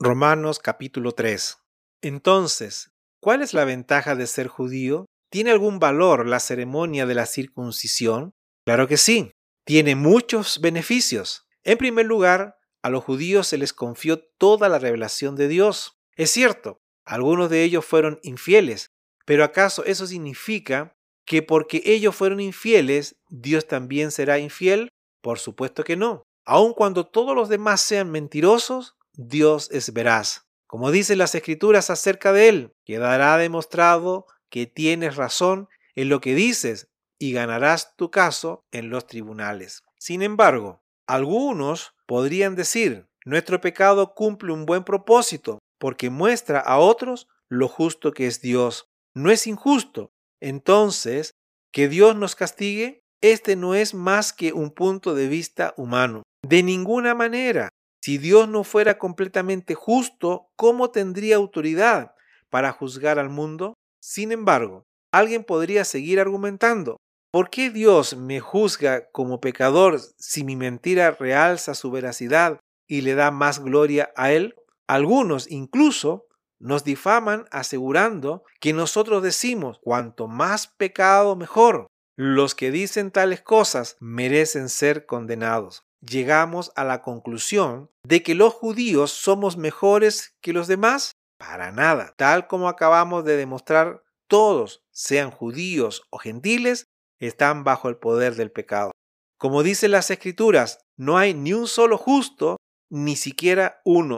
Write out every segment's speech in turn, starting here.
Romanos capítulo 3. Entonces, ¿cuál es la ventaja de ser judío? ¿Tiene algún valor la ceremonia de la circuncisión? Claro que sí, tiene muchos beneficios. En primer lugar, a los judíos se les confió toda la revelación de Dios. Es cierto, algunos de ellos fueron infieles, pero ¿acaso eso significa que porque ellos fueron infieles, Dios también será infiel? Por supuesto que no. Aun cuando todos los demás sean mentirosos, Dios es veraz. Como dicen las Escrituras acerca de él, quedará demostrado que tienes razón en lo que dices y ganarás tu caso en los tribunales. Sin embargo, algunos podrían decir, nuestro pecado cumple un buen propósito porque muestra a otros lo justo que es Dios. No es injusto. Entonces, que Dios nos castigue, este no es más que un punto de vista humano. De ninguna manera. Si Dios no fuera completamente justo, ¿cómo tendría autoridad para juzgar al mundo? Sin embargo, alguien podría seguir argumentando. ¿Por qué Dios me juzga como pecador si mi mentira realza su veracidad y le da más gloria a Él? Algunos incluso nos difaman asegurando que nosotros decimos, cuanto más pecado mejor. Los que dicen tales cosas merecen ser condenados. Llegamos a la conclusión de que los judíos somos mejores que los demás. Para nada. Tal como acabamos de demostrar, todos, sean judíos o gentiles, están bajo el poder del pecado. Como dicen las Escrituras, no hay ni un solo justo, ni siquiera uno.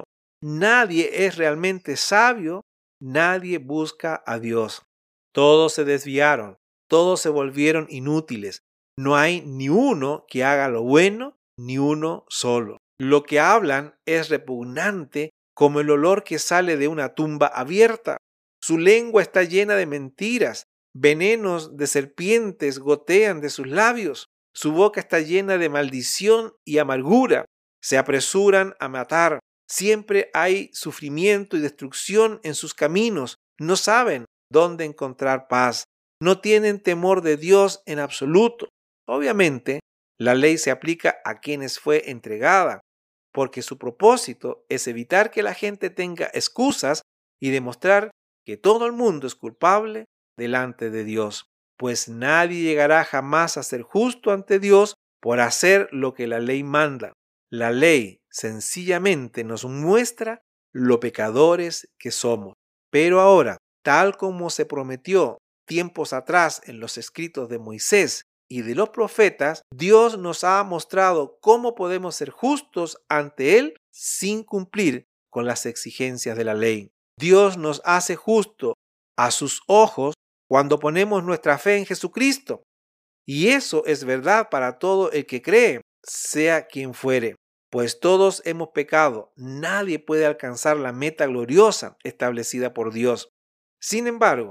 Nadie es realmente sabio, nadie busca a Dios. Todos se desviaron, todos se volvieron inútiles. No hay ni uno que haga lo bueno, ni uno solo. Lo que hablan es repugnante como el olor que sale de una tumba abierta. Su lengua está llena de mentiras, venenos de serpientes gotean de sus labios. Su boca está llena de maldición y amargura. Se apresuran a matar. Siempre hay sufrimiento y destrucción en sus caminos. No saben dónde encontrar paz. No tienen temor de Dios en absoluto. Obviamente, la ley se aplica a quienes fue entregada, porque su propósito es evitar que la gente tenga excusas y demostrar que todo el mundo es culpable delante de Dios. Pues nadie llegará jamás a ser justo ante Dios por hacer lo que la ley manda. La ley sencillamente nos muestra lo pecadores que somos. Pero ahora, tal como se prometió tiempos atrás en los escritos de Moisés y de los profetas, Dios nos ha mostrado cómo podemos ser justos ante Él sin cumplir con las exigencias de la ley. Dios nos hace justo a sus ojos cuando ponemos nuestra fe en Jesucristo. Y eso es verdad para todo el que cree, sea quien fuere. Pues todos hemos pecado, nadie puede alcanzar la meta gloriosa establecida por Dios. Sin embargo,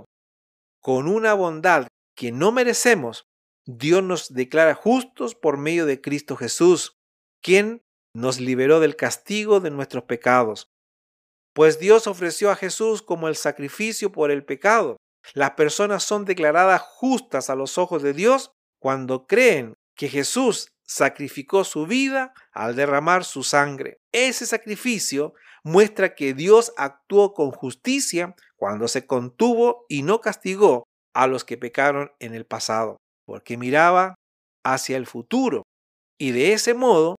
con una bondad que no merecemos, Dios nos declara justos por medio de Cristo Jesús, quien nos liberó del castigo de nuestros pecados. Pues Dios ofreció a Jesús como el sacrificio por el pecado. Las personas son declaradas justas a los ojos de Dios cuando creen que Jesús sacrificó su vida al derramar su sangre. Ese sacrificio muestra que Dios actuó con justicia cuando se contuvo y no castigó a los que pecaron en el pasado, porque miraba hacia el futuro y de ese modo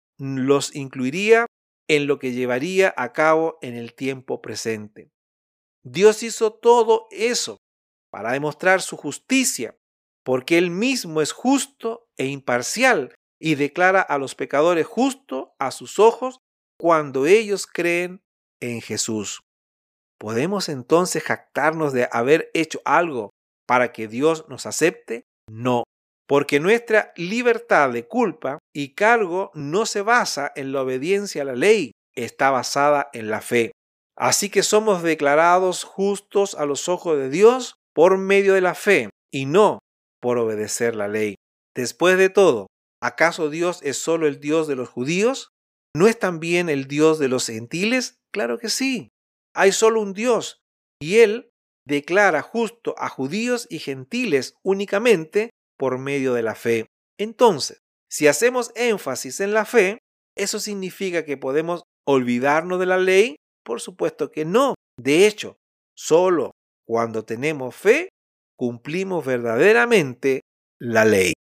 los incluiría en lo que llevaría a cabo en el tiempo presente. Dios hizo todo eso para demostrar su justicia, porque Él mismo es justo e imparcial y declara a los pecadores justos a sus ojos cuando ellos creen en Jesús. ¿Podemos entonces jactarnos de haber hecho algo para que Dios nos acepte? No, porque nuestra libertad de culpa y cargo no se basa en la obediencia a la ley, está basada en la fe. Así que somos declarados justos a los ojos de Dios por medio de la fe y no por obedecer la ley. Después de todo, ¿acaso Dios es solo el Dios de los judíos? ¿No es también el Dios de los gentiles? Claro que sí. Hay solo un Dios y Él declara justo a judíos y gentiles únicamente por medio de la fe. Entonces, si hacemos énfasis en la fe, eso significa que podemos olvidarnos de la ley Por supuesto que no. De hecho, solo cuando tenemos fe cumplimos verdaderamente la ley.